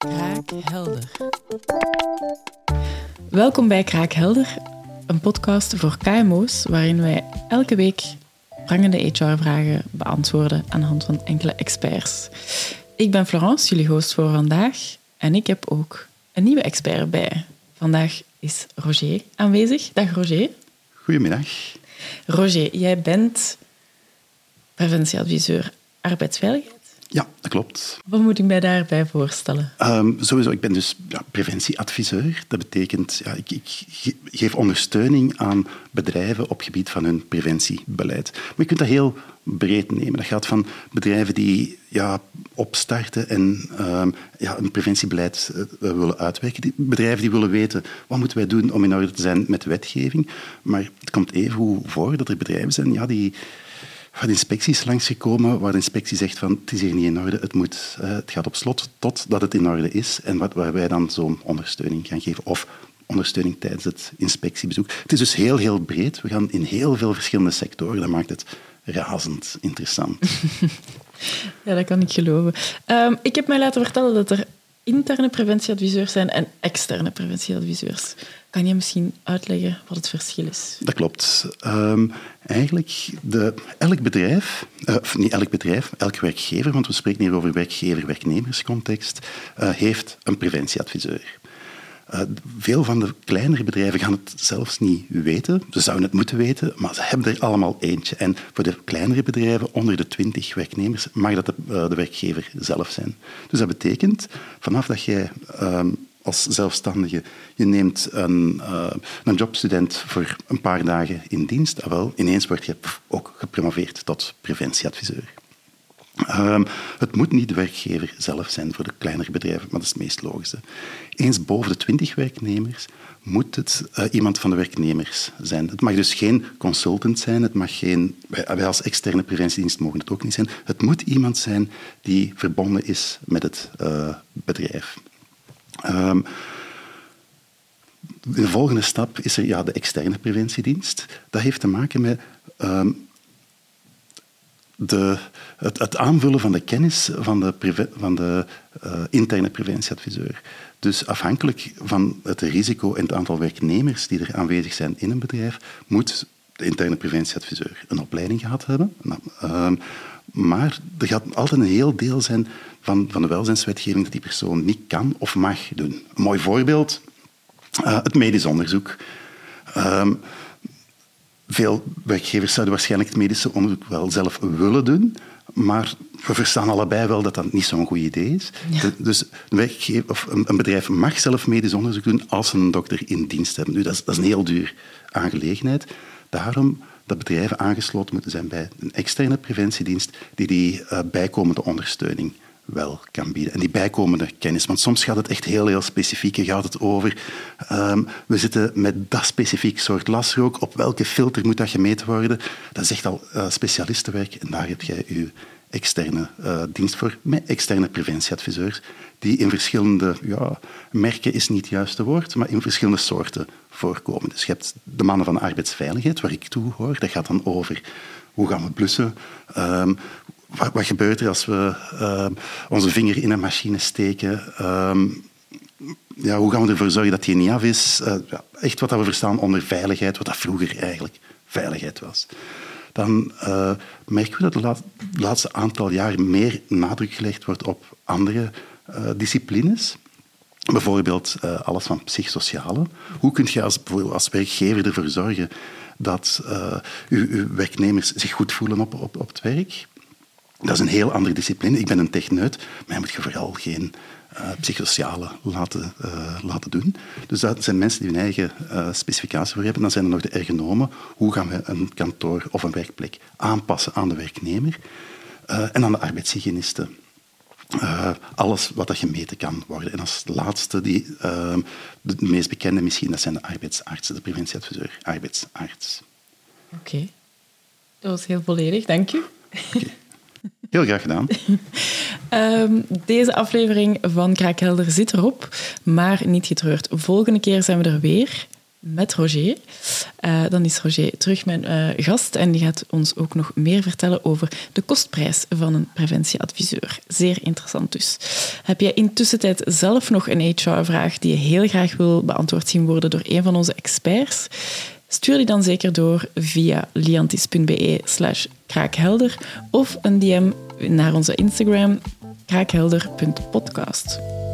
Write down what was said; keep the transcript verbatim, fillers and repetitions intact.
Kraakhelder. Welkom bij Kraakhelder, een podcast voor K M O's waarin wij elke week prangende H R-vragen beantwoorden aan de hand van enkele experts. Ik ben Florence, jullie host voor vandaag, en ik heb ook een nieuwe expert bij. Vandaag is Roger aanwezig. Dag Roger. Goedemiddag. Roger, jij bent preventieadviseur arbeidsveiligheid. Ja, dat klopt. Wat moet ik mij daarbij voorstellen? Um, sowieso, ik ben dus ja, preventieadviseur. Dat betekent, ja, ik, ik geef ondersteuning aan bedrijven op gebied van hun preventiebeleid. Maar je kunt dat heel breed nemen. Dat gaat van bedrijven die ja, opstarten en um, ja, een preventiebeleid uh, willen uitwerken. Die bedrijven die willen weten, wat moeten wij doen om in orde te zijn met wetgeving. Maar het komt even voor dat er bedrijven zijn ja, die... van inspecties langsgekomen waar de inspectie zegt van het is hier niet in orde, het, moet, uh, het gaat op slot totdat het in orde is en wat, waar wij dan zo'n ondersteuning gaan geven of ondersteuning tijdens het inspectiebezoek. Het is dus heel, heel breed. We gaan in heel veel verschillende sectoren. Dat maakt het razend interessant. Ja, dat kan ik geloven. Um, ik heb mij laten vertellen dat er interne preventieadviseurs zijn en externe preventieadviseurs. Kan je misschien uitleggen wat het verschil is? Dat klopt. Um, eigenlijk, de, elk bedrijf, uh, of niet elk bedrijf, elk werkgever, want we spreken hier over werkgever-werknemerscontext, uh, heeft een preventieadviseur. Uh, veel van de kleinere bedrijven gaan het zelfs niet weten. Ze zouden het moeten weten, maar ze hebben er allemaal eentje. En voor de kleinere bedrijven, onder de twintig werknemers, mag dat de, uh, de werkgever zelf zijn. Dus dat betekent, vanaf dat jij um, als zelfstandige, je neemt een, uh, een jobstudent voor een paar dagen in dienst, ah, wel, ineens word je ook gepromoveerd tot preventieadviseur. Um, het moet niet de werkgever zelf zijn voor de kleinere bedrijven, maar dat is het meest logische. Eens boven de twintig werknemers moet het uh, iemand van de werknemers zijn. Het mag dus geen consultant zijn, het mag geen, wij als externe preventiedienst mogen het ook niet zijn. Het moet iemand zijn die verbonden is met het uh, bedrijf. Um, de volgende stap is er ja, de externe preventiedienst. Dat heeft te maken met um, de, het, het aanvullen van de kennis van de, preve, van de uh, interne preventieadviseur. Dus afhankelijk van het risico en het aantal werknemers die er aanwezig zijn in een bedrijf, moet de interne preventieadviseur een opleiding gehad hebben. Nou, um, maar er gaat altijd een heel deel zijn van, van de welzijnswetgeving dat die persoon niet kan of mag doen. Een mooi voorbeeld, uh, het medisch onderzoek. Um, veel werkgevers zouden waarschijnlijk het medische onderzoek wel zelf willen doen, maar we verstaan allebei wel dat dat niet zo'n goed idee is. Ja. De, dus een, werkgever, of een, een bedrijf mag zelf medisch onderzoek doen als ze een dokter in dienst hebben. Nu, dat, is, dat is een heel duur aangelegenheid. Daarom dat bedrijven aangesloten moeten zijn bij een externe preventiedienst die die uh, bijkomende ondersteuning wel kan bieden. En die bijkomende kennis. Want soms gaat het echt heel, heel specifiek. Gaat het over, um, we zitten met dat specifiek soort lasrook. Op welke filter moet dat gemeten worden? Dat is echt al uh, specialistenwerk. En daar heb jij je externe uh, dienst voor, met externe preventieadviseurs, die in verschillende, ja, merken is niet het juiste woord, maar in verschillende soorten voorkomen. Dus je hebt de mannen van arbeidsveiligheid, waar ik toe hoor. Dat gaat dan over hoe gaan we blussen, um, wat, wat gebeurt er als we um, onze vinger in een machine steken, um, ja, hoe gaan we ervoor zorgen dat die niet af is. Uh, ja, echt wat we verstaan onder veiligheid, wat dat vroeger eigenlijk veiligheid was. Dan uh, merken we dat de laat, laatste aantal jaren meer nadruk gelegd wordt op andere uh, disciplines. Bijvoorbeeld uh, alles van psychosociale. Hoe kun je als, als werkgever ervoor zorgen dat uh, uw, uw werknemers zich goed voelen op, op, op het werk? Dat is een heel andere discipline. Ik ben een techneut, maar je moet je vooral geen uh, psychosociale laten, uh, laten doen. Dus dat zijn mensen die hun eigen uh, specificatie voor hebben. Dan zijn er nog de ergonomen. Hoe gaan we een kantoor of een werkplek aanpassen aan de werknemer? Uh, en dan de arbeidshygiënisten. Uh, alles wat dat gemeten kan worden. En als laatste, die, uh, de meest bekende misschien, dat zijn de arbeidsartsen, de preventieadviseur, arbeidsarts. Oké, okay. Dat was heel volledig, dank u. Okay. Heel graag gedaan. um, deze aflevering van Kraakhelder zit erop, maar niet getreurd. Volgende keer zijn we er weer met Roger. Uh, dan is Roger terug mijn uh, gast en die gaat ons ook nog meer vertellen over de kostprijs van een preventieadviseur. Zeer interessant dus. Heb jij intussen tijd zelf nog een H R-vraag die je heel graag wil beantwoord zien worden door een van onze experts? Stuur die dan zeker door via liantis.be slash kraakhelder of een D M naar onze Instagram kraakhelder punt podcast.